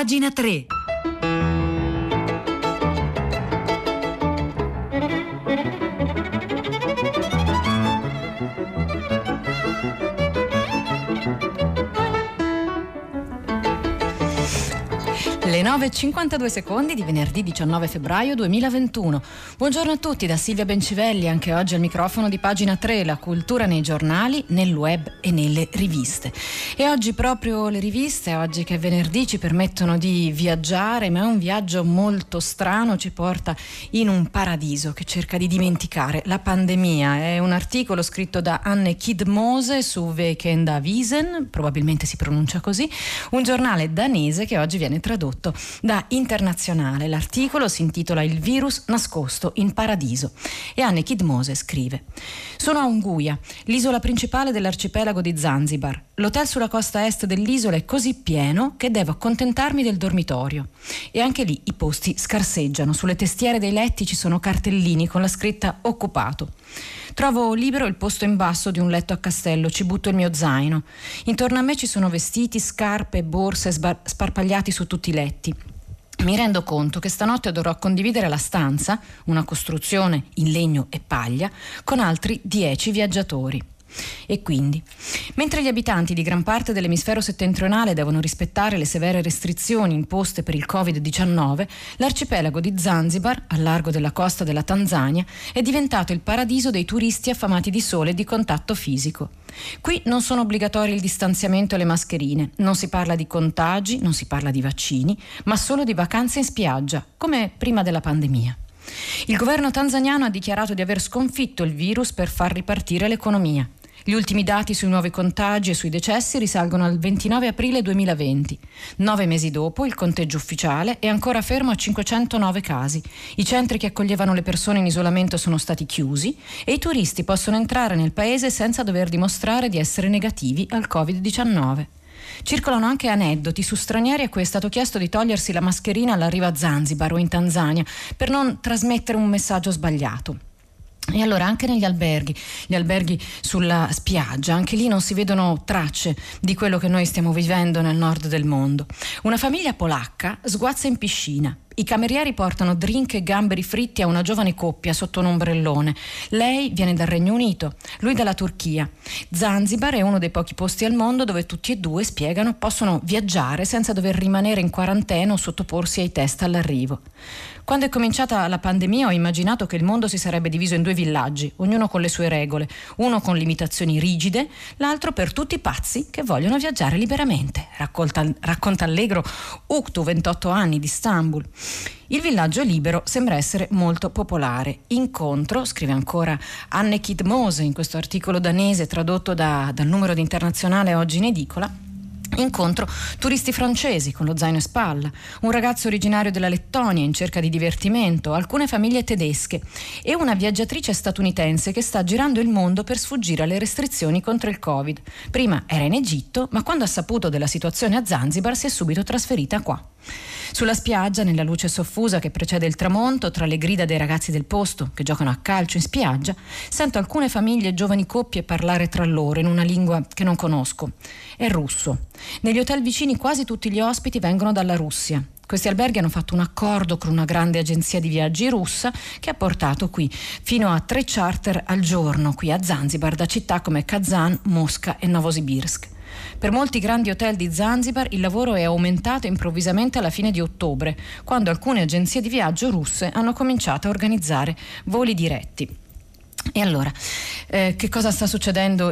Pagina 3. Le 9:52 di venerdì 19 febbraio 2021. Buongiorno a tutti da Silvia Bencivelli, anche oggi al microfono di Pagina 3, la cultura nei giornali, nel web e nelle riviste. E oggi proprio le riviste, oggi che è venerdì, ci permettono di viaggiare, ma è un viaggio molto strano, ci porta in un paradiso che cerca di dimenticare la pandemia. È un articolo scritto da Anne Kidmose su Weekendavisen, probabilmente si pronuncia così, un giornale danese che oggi viene tradotto da Internazionale. L'articolo si intitola Il virus nascosto in paradiso e Anne Kidmose scrive: sono a Unguja, l'isola principale dell'arcipelago di Zanzibar. L'hotel sulla costa est dell'isola è così pieno che devo accontentarmi del dormitorio e anche lì i posti scarseggiano. Sulle testiere dei letti ci sono cartellini con la scritta occupato. Trovo libero il posto in basso di un letto a castello, ci butto il mio zaino. Intorno a me ci sono vestiti, scarpe e borse sparpagliati su tutti i letti. Mi rendo conto che stanotte dovrò condividere la stanza, una costruzione in legno e paglia, con altri 10 viaggiatori. E quindi, mentre gli abitanti di gran parte dell'emisfero settentrionale devono rispettare le severe restrizioni imposte per il Covid-19, l'arcipelago di Zanzibar, al largo della costa della Tanzania, è diventato il paradiso dei turisti affamati di sole e di contatto fisico. Qui non sono obbligatori il distanziamento e le mascherine, non si parla di contagi, non si parla di vaccini, ma solo di vacanze in spiaggia, come prima della pandemia. Il governo tanzaniano ha dichiarato di aver sconfitto il virus per far ripartire l'economia. Gli ultimi dati sui nuovi contagi e sui decessi risalgono al 29 aprile 2020. 9 mesi dopo, il conteggio ufficiale è ancora fermo a 509 casi. I centri che accoglievano le persone in isolamento sono stati chiusi e i turisti possono entrare nel paese senza dover dimostrare di essere negativi al Covid-19. Circolano anche aneddoti su stranieri a cui è stato chiesto di togliersi la mascherina all'arrivo a Zanzibar o in Tanzania per non trasmettere un messaggio sbagliato. E allora anche negli alberghi, gli alberghi sulla spiaggia, anche lì non si vedono tracce di quello che noi stiamo vivendo nel nord del mondo. Una famiglia polacca sguazza in piscina. I camerieri portano drink e gamberi fritti a una giovane coppia sotto un ombrellone. Lei viene dal Regno Unito, lui dalla Turchia. Zanzibar è uno dei pochi posti al mondo dove tutti e due, spiegano, possono viaggiare senza dover rimanere in quarantena o sottoporsi ai test all'arrivo. Quando è cominciata la pandemia ho immaginato che il mondo si sarebbe diviso in 2 villaggi, ognuno con le sue regole, uno con limitazioni rigide, l'altro per tutti i pazzi che vogliono viaggiare liberamente, racconta allegro Uktu, 28 anni, di Istanbul. Il villaggio libero sembra essere molto popolare. Incontro, scrive ancora Anne Kidmose in questo articolo danese tradotto dal numero di Internazionale oggi in edicola, incontro turisti francesi con lo zaino in spalla, un ragazzo originario della Lettonia in cerca di divertimento, alcune famiglie tedesche e una viaggiatrice statunitense che sta girando il mondo per sfuggire alle restrizioni contro il Covid. Prima era in Egitto, ma quando ha saputo della situazione a Zanzibar si è subito trasferita qua. Sulla spiaggia, nella luce soffusa che precede il tramonto, tra le grida dei ragazzi del posto che giocano a calcio in spiaggia, sento alcune famiglie e giovani coppie parlare tra loro in una lingua che non conosco. È russo. Negli hotel vicini quasi tutti gli ospiti vengono dalla Russia. Questi alberghi hanno fatto un accordo con una grande agenzia di viaggi russa che ha portato qui fino a 3 charter al giorno qui a Zanzibar da città come Kazan, Mosca e Novosibirsk. Per molti grandi hotel di Zanzibar il lavoro è aumentato improvvisamente alla fine di ottobre, quando alcune agenzie di viaggio russe hanno cominciato a organizzare voli diretti. E allora, che cosa sta succedendo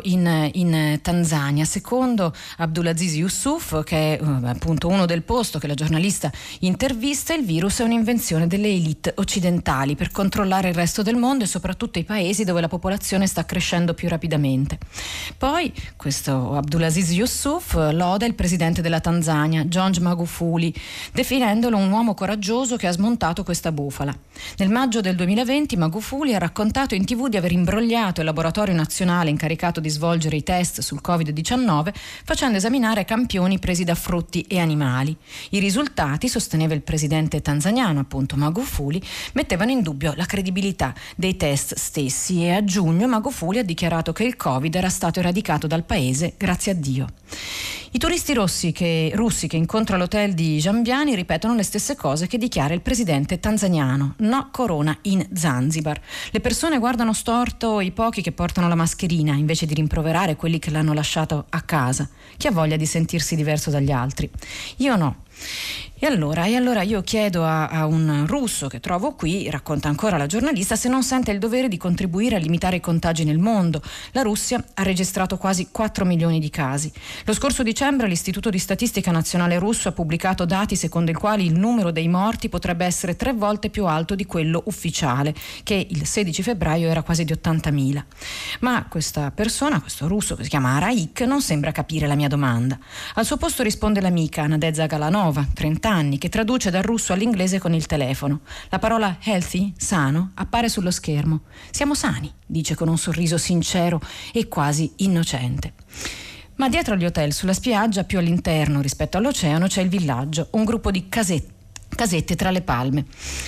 in Tanzania? Secondo Abdulaziz Yusuf, che è appunto uno del posto che la giornalista intervista, il virus è un'invenzione delle elite occidentali per controllare il resto del mondo e soprattutto i paesi dove la popolazione sta crescendo più rapidamente. Poi questo Abdulaziz Yusuf loda il presidente della Tanzania, John Magufuli, definendolo un uomo coraggioso che ha smontato questa bufala. Nel maggio del 2020 Magufuli ha raccontato in TV di aver imbrogliato il laboratorio nazionale incaricato di svolgere i test sul Covid-19 facendo esaminare campioni presi da frutti e animali. I risultati, sosteneva il presidente tanzaniano, appunto Magufuli, mettevano in dubbio la credibilità dei test stessi, e a giugno Magufuli ha dichiarato che il Covid era stato eradicato dal paese, grazie a Dio. I turisti russi che incontro all'hotel di Giambiani ripetono le stesse cose che dichiara il presidente tanzaniano: no corona in Zanzibar. Le persone guardano storto i pochi che portano la mascherina invece di rimproverare quelli che l'hanno lasciato a casa. Chi ha voglia di sentirsi diverso dagli altri? Io no. E allora io chiedo a un russo che trovo qui, racconta ancora la giornalista, se non sente il dovere di contribuire a limitare i contagi nel mondo. La Russia ha registrato quasi 4 milioni di casi. Lo scorso dicembre l'Istituto di Statistica Nazionale Russo ha pubblicato dati secondo i quali il numero dei morti potrebbe essere 3 volte più alto di quello ufficiale, che il 16 febbraio era quasi di 80.000. Ma questa persona, questo russo che si chiama Araik, non sembra capire la mia domanda. Al suo posto risponde l'amica Nadezhda Galanova, 30 anni, che traduce dal russo all'inglese con il telefono. La parola healthy, sano, appare sullo schermo. Siamo sani, dice con un sorriso sincero e quasi innocente. Ma dietro agli hotel, sulla spiaggia, più all'interno rispetto all'oceano, c'è il villaggio, un gruppo di casette tra le palme.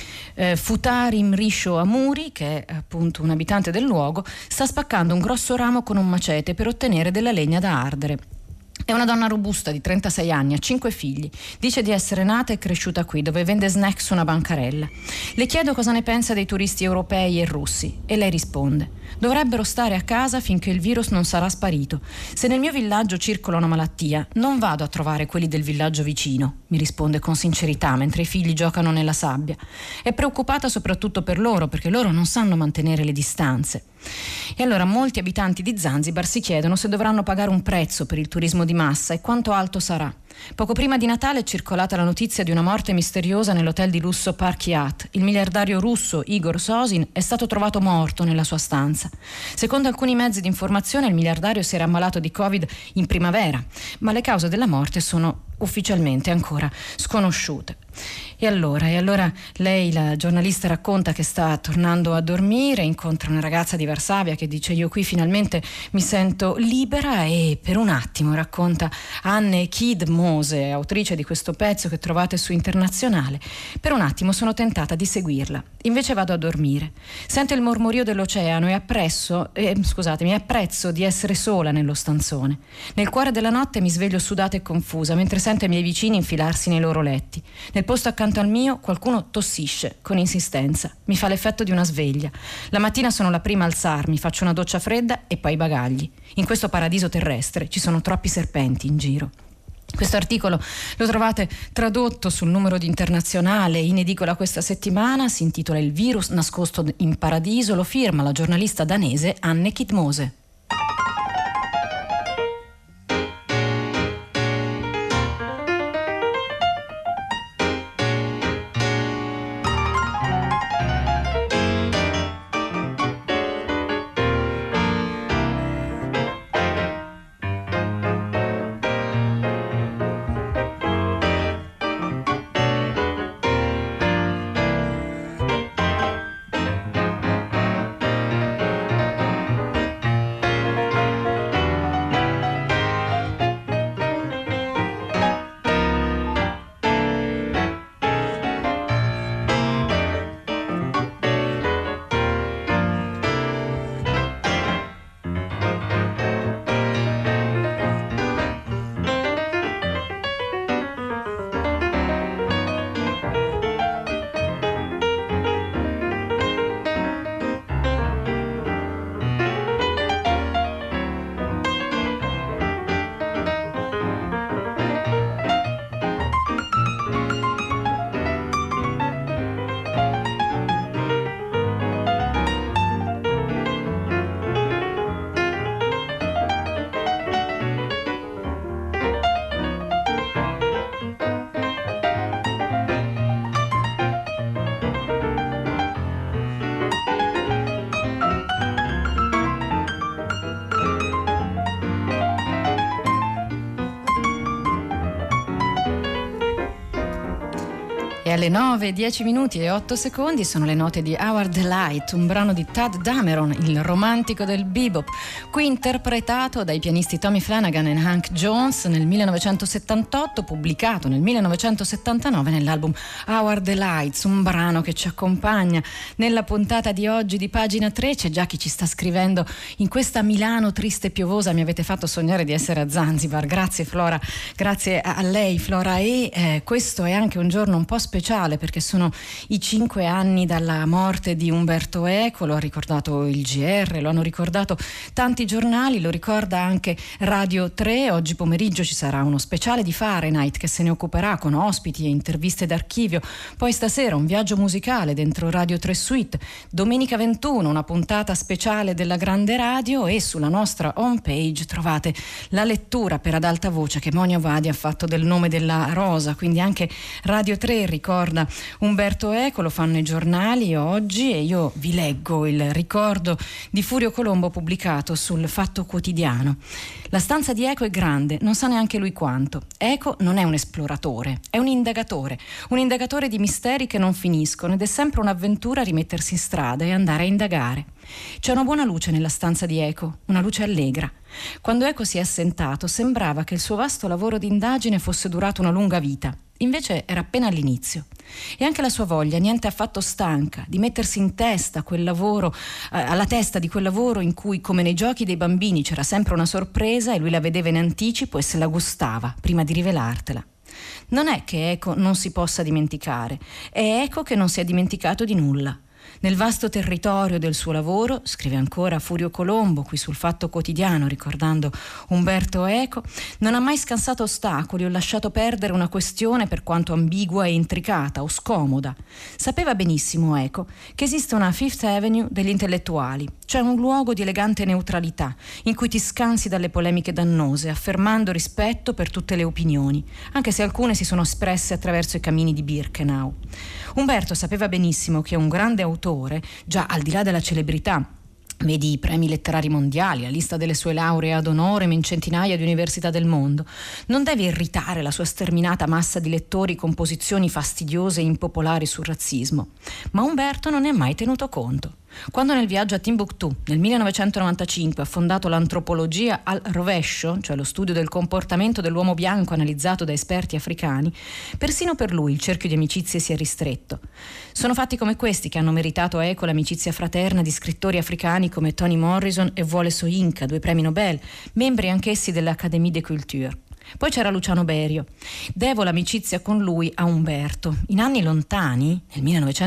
Futarim Risho Amuri, che è appunto un abitante del luogo, sta spaccando un grosso ramo con un macete per ottenere della legna da ardere. È una donna robusta di 36 anni, ha 5 figli. Dice di essere nata e cresciuta qui, dove vende snack su una bancarella. Le chiedo cosa ne pensa dei turisti europei e russi e lei risponde: dovrebbero stare a casa finché il virus non sarà sparito. Se nel mio villaggio circola una malattia, non vado a trovare quelli del villaggio vicino, mi risponde con sincerità mentre i figli giocano nella sabbia. È preoccupata soprattutto per loro, perché loro non sanno mantenere le distanze. E allora molti abitanti di Zanzibar si chiedono se dovranno pagare un prezzo per il turismo di massa e quanto alto sarà. Poco prima di Natale è circolata la notizia di una morte misteriosa nell'hotel di lusso Park Hyatt. Il miliardario russo Igor Sosin è stato trovato morto nella sua stanza. Secondo alcuni mezzi di informazione il miliardario si era ammalato di Covid in primavera, ma le cause della morte sono ufficialmente ancora sconosciute. E allora lei, la giornalista, racconta che sta tornando a dormire, incontra una ragazza di Varsavia che dice: io qui finalmente mi sento libera, e per un attimo, racconta Anne Kid Mose, autrice di questo pezzo che trovate su Internazionale, per un attimo sono tentata di seguirla, invece vado a dormire. Sento il mormorio dell'oceano e apprezzo di essere sola nello stanzone. Nel cuore della notte mi sveglio sudata e confusa mentre sento i miei vicini infilarsi nei loro letti. Nel posto accanto al mio qualcuno tossisce con insistenza. Mi fa l'effetto di una sveglia. La mattina sono la prima a alzarmi, faccio una doccia fredda e poi i bagagli. In questo paradiso terrestre ci sono troppi serpenti in giro. Questo articolo lo trovate tradotto sul numero di Internazionale, in edicola questa settimana, si intitola Il virus nascosto in paradiso, lo firma la giornalista danese Anne Kidmose. E alle 9:10 e 8 secondi sono le note di Our Delight, un brano di Tad Dameron, il romantico del bebop, qui interpretato dai pianisti Tommy Flanagan e Hank Jones nel 1978, pubblicato nel 1979 nell'album Our Delights, un brano che ci accompagna nella puntata di oggi di Pagina 3. C'è già chi ci sta scrivendo: in questa Milano triste e piovosa mi avete fatto sognare di essere a Zanzibar. Grazie Flora, grazie a lei Flora. E questo è anche un giorno un po' speciale perché sono i 5 anni dalla morte di Umberto Eco. Lo ha ricordato il GR, lo hanno ricordato tanti giornali, lo ricorda anche Radio 3. Oggi pomeriggio ci sarà uno speciale di Fahrenheit che se ne occuperà con ospiti e interviste d'archivio. Poi stasera un viaggio musicale dentro Radio 3 Suite. Domenica 21 una puntata speciale della Grande Radio, e sulla nostra homepage trovate la lettura per ad alta voce che Monio Vadi ha fatto del Nome della rosa. Quindi anche Radio 3 ricorda Umberto Eco, lo fanno i giornali oggi, e io vi leggo il ricordo di Furio Colombo pubblicato sul Fatto Quotidiano. La stanza di Eco è grande, non sa neanche lui quanto. Eco non è un esploratore, è un indagatore di misteri che non finiscono, ed è sempre un'avventura rimettersi in strada e andare a indagare. C'è una buona luce nella stanza di Eco, una luce allegra. Quando Eco si è assentato sembrava che il suo vasto lavoro di indagine fosse durato una lunga vita. Invece era appena all'inizio. E anche la sua voglia, niente affatto stanca, di mettersi in testa quel lavoro, alla testa di quel lavoro in cui, come nei giochi dei bambini, c'era sempre una sorpresa e lui la vedeva in anticipo e se la gustava prima di rivelartela. Non è che Eco non si possa dimenticare, è Eco che non si è dimenticato di nulla. Nel vasto territorio del suo lavoro, scrive ancora Furio Colombo qui sul Fatto Quotidiano ricordando Umberto Eco, non ha mai scansato ostacoli o lasciato perdere una questione per quanto ambigua e intricata o scomoda. Sapeva benissimo Eco che esiste una Fifth Avenue degli intellettuali, cioè un luogo di elegante neutralità in cui ti scansi dalle polemiche dannose, affermando rispetto per tutte le opinioni, anche se alcune si sono espresse attraverso i camini di Birkenau. Umberto sapeva benissimo che un grande autore, già al di là della celebrità, vedi i premi letterari mondiali, la lista delle sue lauree ad onore in centinaia di università del mondo, non deve irritare la sua sterminata massa di lettori con posizioni fastidiose e impopolari sul razzismo. Ma Umberto non ne ha mai tenuto conto. Quando nel viaggio a Timbuktu nel 1995 ha fondato l'antropologia al rovescio, cioè lo studio del comportamento dell'uomo bianco analizzato da esperti africani, persino per lui il cerchio di amicizie si è ristretto. Sono fatti come questi che hanno meritato a Eco l'amicizia fraterna di scrittori africani come Toni Morrison e Wole Soyinka, 2 premi Nobel, membri anch'essi dell'Académie des Cultures. Poi c'era Luciano Berio. Devo l'amicizia con lui a Umberto. In anni lontani, nel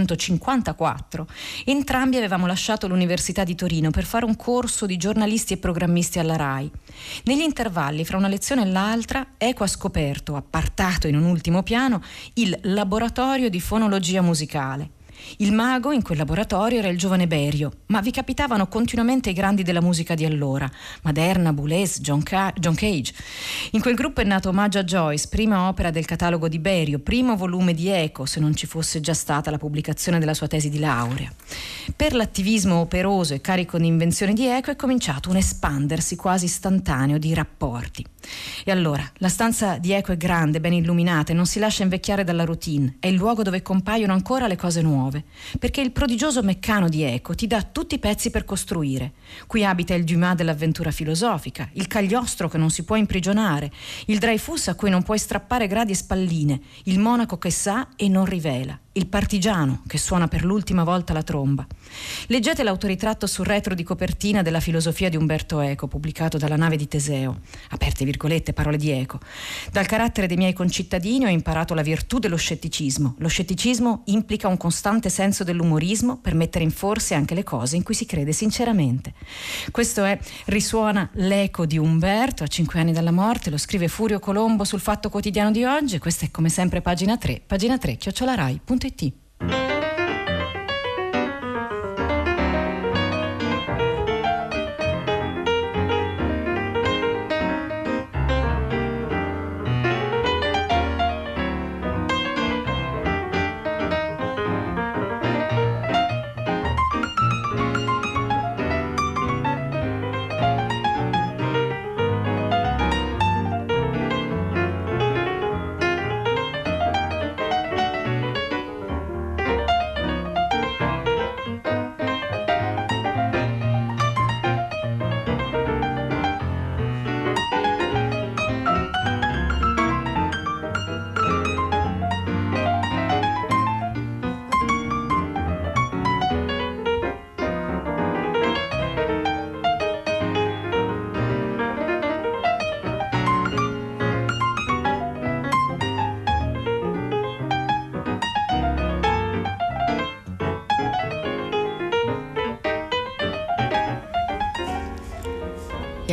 1954, entrambi avevamo lasciato l'Università di Torino per fare un corso di giornalisti e programmisti alla RAI. Negli intervalli fra una lezione e l'altra, Eco ha scoperto, appartato in un ultimo piano, il laboratorio di fonologia musicale. Il mago in quel laboratorio era il giovane Berio, ma vi capitavano continuamente i grandi della musica di allora, Maderna, Boulez, John Cage. In quel gruppo è nato Omaggio a Joyce, prima opera del catalogo di Berio, primo volume di Eco, se non ci fosse già stata la pubblicazione della sua tesi di laurea. Per l'attivismo operoso e carico di invenzioni di Eco è cominciato un espandersi quasi istantaneo di rapporti. E allora, la stanza di Eco è grande, ben illuminata e non si lascia invecchiare dalla routine, è il luogo dove compaiono ancora le cose nuove, perché il prodigioso meccano di Eco ti dà tutti i pezzi per costruire. Qui abita il Dumas dell'avventura filosofica, il Cagliostro che non si può imprigionare, il Dreyfus a cui non puoi strappare gradi e spalline, il monaco che sa e non rivela, il partigiano che suona per l'ultima volta la tromba. Leggete l'autoritratto sul retro di copertina della filosofia di Umberto Eco, pubblicato dalla Nave di Teseo. Aperte virgolette, parole di Eco. Dal carattere dei miei concittadini ho imparato la virtù dello scetticismo. Lo scetticismo implica un costante senso dell'umorismo per mettere in forse anche le cose in cui si crede sinceramente. Questo è Risuona l'eco di Umberto a 5 anni dalla morte, lo scrive Furio Colombo sul Fatto Quotidiano di oggi. Questa è come sempre pagina 3 @rai.it.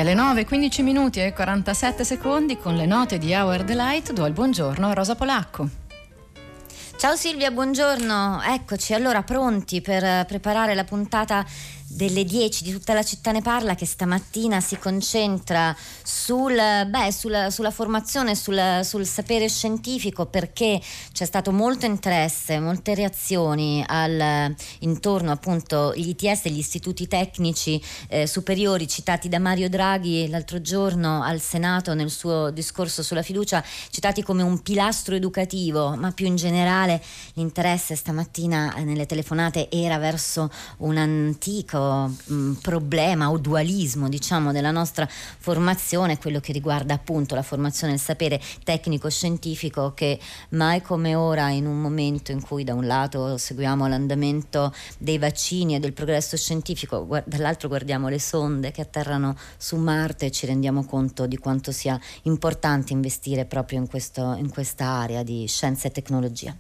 alle 9:15 e 47 secondi con le note di Our Delight do il buongiorno a Rosa Polacco. Ciao Silvia, buongiorno. Eccoci allora pronti per preparare la puntata delle 10 di Tutta la città ne parla, che stamattina si concentra sulla formazione, sul sapere scientifico, perché c'è stato molto interesse, molte reazioni intorno appunto gli ITS, gli istituti tecnici superiori citati da Mario Draghi l'altro giorno al Senato nel suo discorso sulla fiducia, citati come un pilastro educativo, ma più in generale l'interesse stamattina nelle telefonate era verso un antico problema o dualismo, diciamo, della nostra formazione, quello che riguarda appunto la formazione del sapere tecnico-scientifico, che mai come ora, in un momento in cui da un lato seguiamo l'andamento dei vaccini e del progresso scientifico, dall'altro guardiamo le sonde che atterrano su Marte e ci rendiamo conto di quanto sia importante investire proprio in questa area di scienza e tecnologia.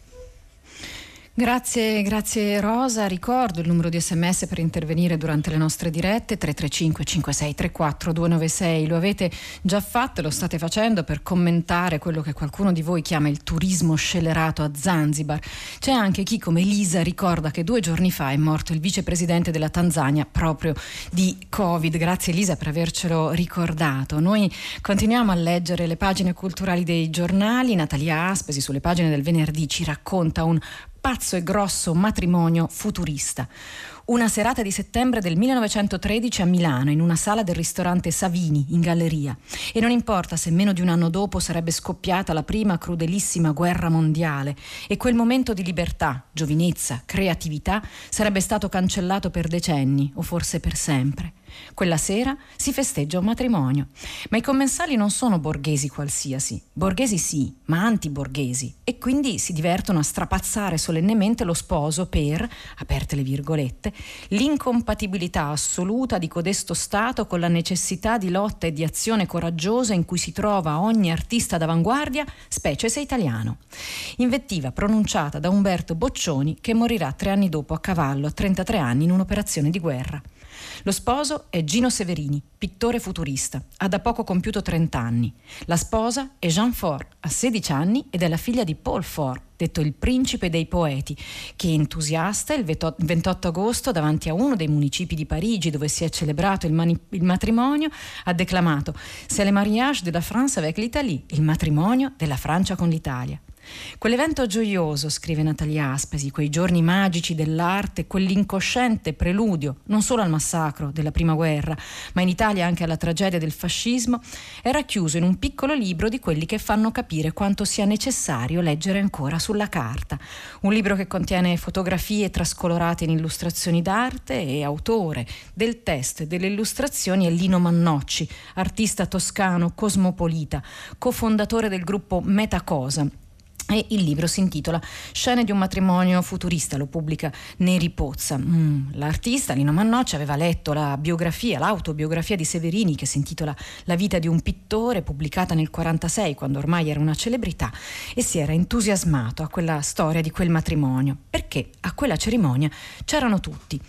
Grazie Rosa. Ricordo il numero di SMS per intervenire durante le nostre dirette: 335 5634 296. Lo avete già fatto e lo state facendo per commentare quello che qualcuno di voi chiama il turismo scellerato a Zanzibar. C'è anche chi, come Elisa, ricorda che 2 giorni fa è morto il vicepresidente della Tanzania proprio di Covid. Grazie Elisa per avercelo ricordato. Noi continuiamo a leggere le pagine culturali dei giornali. Natalia Aspesi sulle pagine del venerdì ci racconta un pazzo e grosso matrimonio futurista. Una serata di settembre del 1913 a Milano, in una sala del ristorante Savini, in galleria. E non importa se meno di un anno dopo sarebbe scoppiata la prima crudelissima guerra mondiale e quel momento di libertà, giovinezza, creatività sarebbe stato cancellato per decenni o forse per sempre. Quella sera si festeggia un matrimonio, ma i commensali non sono borghesi qualsiasi, borghesi sì, ma antiborghesi, e quindi si divertono a strapazzare solennemente lo sposo per, aperte le virgolette, l'incompatibilità assoluta di codesto stato con la necessità di lotta e di azione coraggiosa in cui si trova ogni artista d'avanguardia, specie se italiano. Invettiva pronunciata da Umberto Boccioni, che morirà 3 anni dopo a cavallo a 33 anni in un'operazione di guerra. Lo sposo è Gino Severini, pittore futurista, ha da poco compiuto 30 anni. La sposa è Jean Faure, ha 16 anni ed è la figlia di Paul Faure, detto il principe dei poeti, che entusiasta il 28 agosto davanti a uno dei municipi di Parigi dove si è celebrato il matrimonio ha declamato «C'est le mariage de la France avec l'Italie», il matrimonio della Francia con l'Italia. Quell'evento gioioso, scrive Natalia Aspesi, quei giorni magici dell'arte, quell'incosciente preludio non solo al massacro della prima guerra, ma in Italia anche alla tragedia del fascismo, è racchiuso in un piccolo libro di quelli che fanno capire quanto sia necessario leggere ancora sulla carta. Un libro che contiene fotografie trascolorate in illustrazioni d'arte, e autore del testo e delle illustrazioni è Lino Mannocci, artista toscano cosmopolita, cofondatore del gruppo Metacosa. E il libro si intitola Scene di un matrimonio futurista, lo pubblica Neri Pozza. L'artista Lino Mannocci aveva letto l'autobiografia di Severini, che si intitola La vita di un pittore, pubblicata nel 1946, quando ormai era una celebrità, e si era entusiasmato a quella storia di quel matrimonio, perché a quella cerimonia c'erano tutti.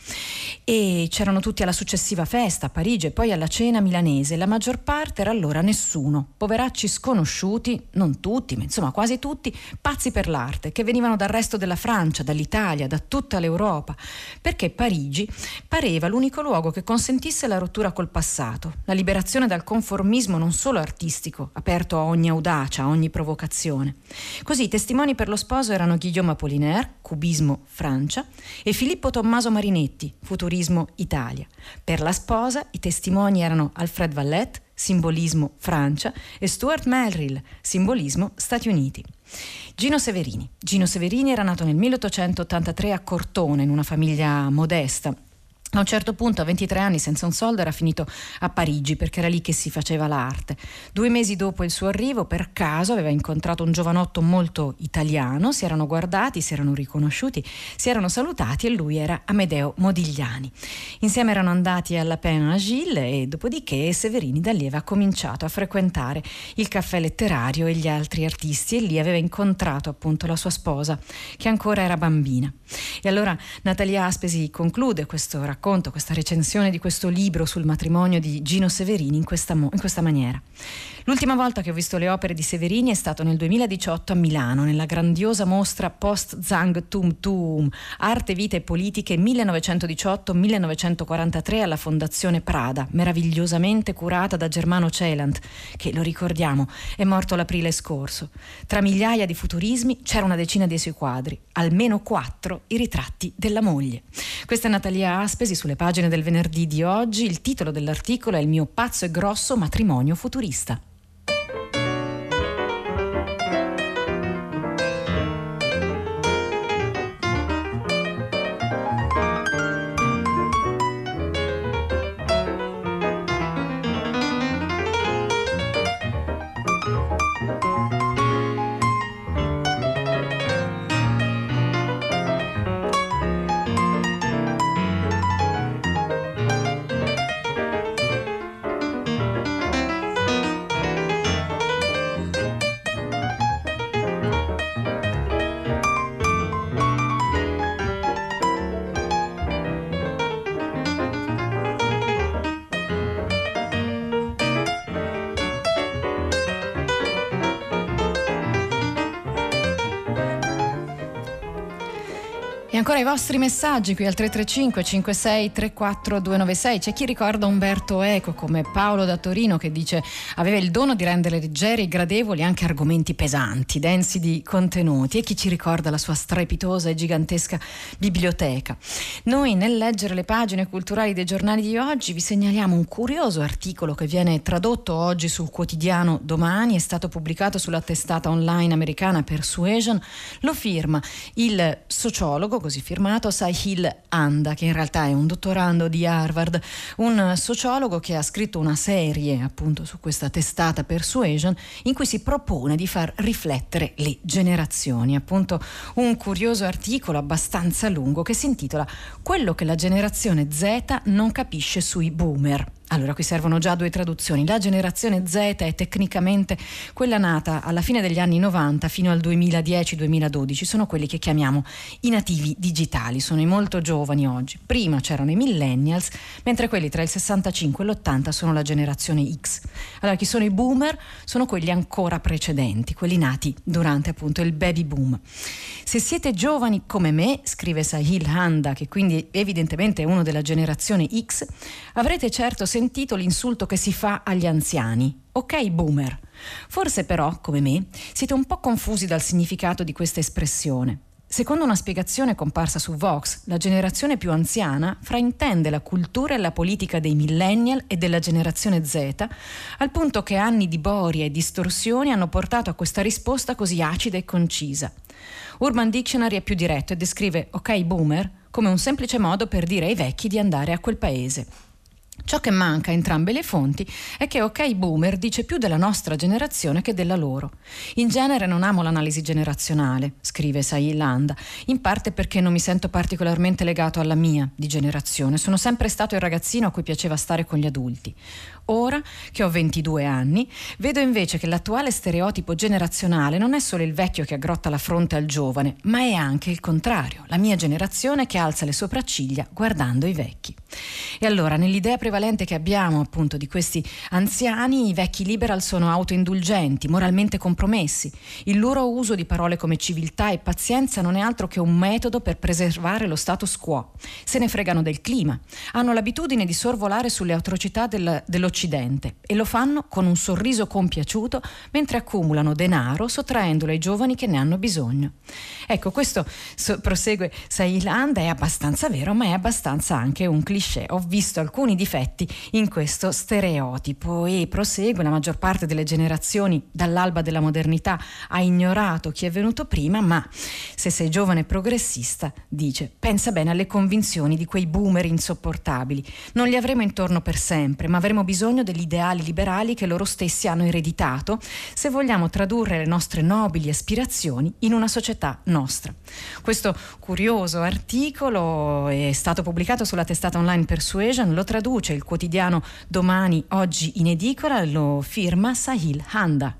E c'erano tutti alla successiva festa a Parigi e poi alla cena milanese. La maggior parte era allora nessuno, poveracci sconosciuti, non tutti, ma insomma quasi tutti, pazzi per l'arte, che venivano dal resto della Francia, dall'Italia, da tutta l'Europa, perché Parigi pareva l'unico luogo che consentisse la rottura col passato, la liberazione dal conformismo non solo artistico, aperto a ogni audacia, a ogni provocazione. Così i testimoni per lo sposo erano Guillaume Apollinaire, cubismo Francia, e Filippo Tommaso Marinetti, futurismo Italia. Per la sposa i testimoni erano Alfred Vallet, simbolismo Francia, e Stuart Melville, simbolismo Stati Uniti. Gino Severini era nato nel 1883 a Cortona, in una famiglia modesta. A un certo punto, a 23 anni, senza un soldo, era finito a Parigi, perché era lì che si faceva l'arte. 2 mesi dopo il suo arrivo, per caso, aveva incontrato un giovanotto molto italiano, si erano guardati, si erano riconosciuti, si erano salutati, e lui era Amedeo Modigliani. Insieme erano andati alla Pen Agile, e dopodiché Severini da lì aveva cominciato a frequentare il caffè letterario e gli altri artisti, e lì aveva incontrato appunto la sua sposa, che ancora era bambina. E allora Natalia Aspesi conclude questo racconto racconto, questa recensione di questo libro sul matrimonio di Gino Severini in questa maniera. L'ultima volta che ho visto le opere di Severini è stato nel 2018 a Milano, nella grandiosa mostra Post Zang Tum Tum, Arte, Vita e Politiche 1918-1943 alla Fondazione Prada, meravigliosamente curata da Germano Celant, che, lo ricordiamo, è morto l'aprile scorso. Tra migliaia di futurismi c'era una decina dei suoi quadri, almeno 4 i ritratti della moglie. Questa è Natalia Aspesi sulle pagine del Venerdì di oggi. Il titolo dell'articolo è Il mio pazzo e grosso matrimonio futurista. E ancora i vostri messaggi qui al 335 56 34 296. C'è chi ricorda Umberto Eco, come Paolo da Torino, che dice aveva il dono di rendere leggeri e gradevoli anche argomenti pesanti, densi di contenuti, e chi ci ricorda la sua strepitosa e gigantesca biblioteca. Noi, nel leggere le pagine culturali dei giornali di oggi, vi segnaliamo un curioso articolo che viene tradotto oggi sul quotidiano Domani, è stato pubblicato sulla testata online americana Persuasion. Lo firma il sociologo, così firmato, Sahil Handa, che in realtà è un dottorando di Harvard, un sociologo che ha scritto una serie appunto su questa testata Persuasion in cui si propone di far riflettere le generazioni. Appunto un curioso articolo abbastanza lungo che si intitola Quello che la generazione Z non capisce sui boomer. Allora, qui servono già 2 traduzioni. La generazione Z è tecnicamente quella nata alla fine degli anni 90 fino al 2010-2012. Sono quelli che chiamiamo i nativi digitali, sono i molto giovani oggi. Prima c'erano i millennials, mentre quelli tra il 65 e l'80 sono la generazione X. Allora, chi sono i boomer? Sono quelli ancora precedenti, quelli nati durante appunto il baby boom. Se siete giovani come me, scrive Sahil Handa, che quindi evidentemente è uno della generazione X, avrete certo sentito l'insulto che si fa agli anziani. Ok, boomer. Forse però, come me, siete un po' confusi dal significato di questa espressione. Secondo una spiegazione comparsa su Vox, la generazione più anziana fraintende la cultura e la politica dei millennial e della generazione Z, al punto che anni di boria e distorsioni hanno portato a questa risposta così acida e concisa. Urban Dictionary è più diretto e descrive ok boomer come un semplice modo per dire ai vecchi di andare a quel paese. Ciò che manca a entrambe le fonti è che ok boomer dice più della nostra generazione che della loro. In genere non amo l'analisi generazionale, scrive Sahil Handa, in parte perché non mi sento particolarmente legato alla mia di generazione. Sono sempre stato il ragazzino a cui piaceva stare con gli adulti. Ora, che ho 22 anni, vedo invece che l'attuale stereotipo generazionale non è solo il vecchio che aggrotta la fronte al giovane, ma è anche il contrario, la mia generazione che alza le sopracciglia guardando i vecchi. E allora, nell'idea prevalente che abbiamo appunto di questi anziani, i vecchi liberal sono autoindulgenti, moralmente compromessi. Il loro uso di parole come civiltà e pazienza non è altro che un metodo per preservare lo status quo. Se ne fregano del clima, hanno l'abitudine di sorvolare sulle atrocità dell'Occidente e lo fanno con un sorriso compiaciuto mentre accumulano denaro sottraendolo ai giovani che ne hanno bisogno. Ecco, questo prosegue Sahil Handa, è abbastanza vero, ma è abbastanza anche un cliché. Ho visto alcuni difetti in questo stereotipo e prosegue: la maggior parte delle generazioni dall'alba della modernità ha ignorato chi è venuto prima, ma se sei giovane e progressista, dice, pensa bene alle convinzioni di quei boomer insopportabili. Non li avremo intorno per sempre, ma avremo bisogno degli ideali liberali che loro stessi hanno ereditato se vogliamo tradurre le nostre nobili aspirazioni in una società nostra. Questo curioso articolo è stato pubblicato sulla testata online Persuasion, lo traduce il quotidiano Domani, oggi in edicola, lo firma Sahil Handa.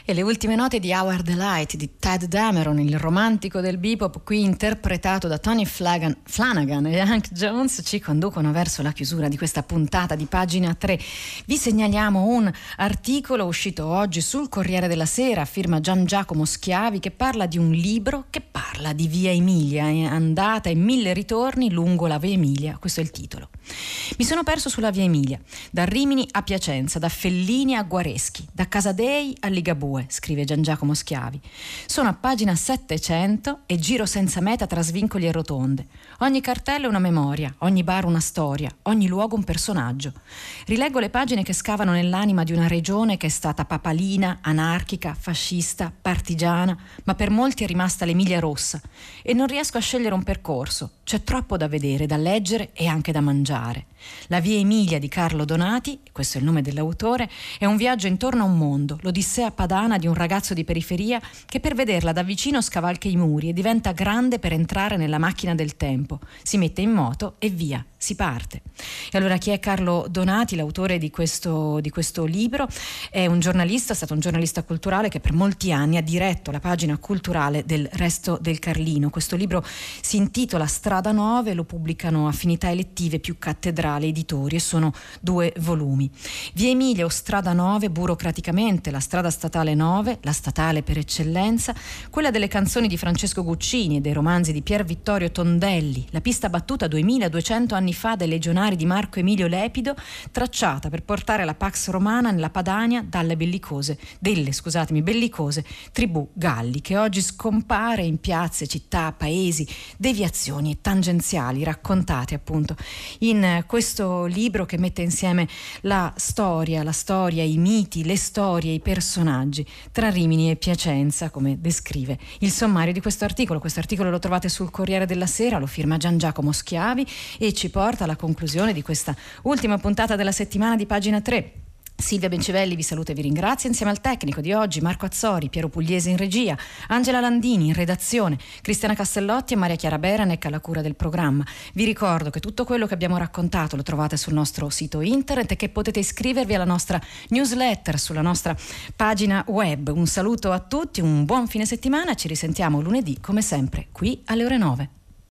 E le ultime note di Our Delight di Ted Dameron, il romantico del bebop, qui interpretato da Tony Flanagan e Hank Jones, ci conducono verso la chiusura di questa puntata di Pagina 3. Vi segnaliamo un articolo uscito oggi sul Corriere della Sera a firma Gian Giacomo Schiavi, che parla di un libro che parla di Via Emilia, andata e 1000 ritorni lungo la Via Emilia. Questo è il titolo. Mi sono perso sulla Via Emilia, da Rimini a Piacenza, da Fellini a Guareschi, da Casadei a Ligabue, scrive Gian Giacomo Schiavi. Sono a pagina 700 e giro senza meta tra svincoli e rotonde. Ogni cartello è una memoria, ogni bar una storia, ogni luogo un personaggio. Rileggo le pagine che scavano nell'anima di una regione che è stata papalina, anarchica, fascista, partigiana, ma per molti è rimasta l'Emilia Rossa, e non riesco a scegliere un percorso. C'è troppo da vedere, da leggere e anche da mangiare. La Via Emilia di Carlo Donati, questo è il nome dell'autore, è un viaggio intorno a un mondo, l'odissea padana di un ragazzo di periferia che per vederla da vicino scavalca i muri e diventa grande per entrare nella macchina del tempo, si mette in moto e via, si parte. E allora chi è Carlo Donati, l'autore di questo libro? È un giornalista, è stato un giornalista culturale che per molti anni ha diretto la pagina culturale del Resto del Carlino. Questo libro si intitola Strada 9, lo pubblicano Affinità Elettive più Cattedrale Editori e sono 2 volumi. Via Emilia o Strada 9, burocraticamente la strada statale 9, la statale per eccellenza, quella delle canzoni di Francesco Guccini e dei romanzi di Pier Vittorio Tondelli, la pista battuta 2200 anni fa dai legionari di Marco Emilio Lepido, tracciata per portare la Pax Romana nella Padania delle bellicose tribù Galli, che oggi scompare in piazze, città, paesi, deviazioni e tangenziali raccontate appunto in questo libro che mette insieme la storia, i miti, le storie, i personaggi tra Rimini e Piacenza, come descrive il sommario di questo articolo. Questo articolo lo trovate sul Corriere della Sera, lo firma Gian Giacomo Schiavi e ci porta alla conclusione di questa ultima puntata della settimana di Pagina 3. Silvia Bencivelli vi saluta e vi ringrazia insieme al tecnico di oggi Marco Azzori, Piero Pugliese in regia, Angela Landini in redazione, Cristiana Castellotti e Maria Chiara Beranec alla cura del programma. Vi ricordo che tutto quello che abbiamo raccontato lo trovate sul nostro sito internet e che potete iscrivervi alla nostra newsletter sulla nostra pagina web. Un saluto a tutti, un buon fine settimana, ci risentiamo lunedì come sempre qui alle ore 9.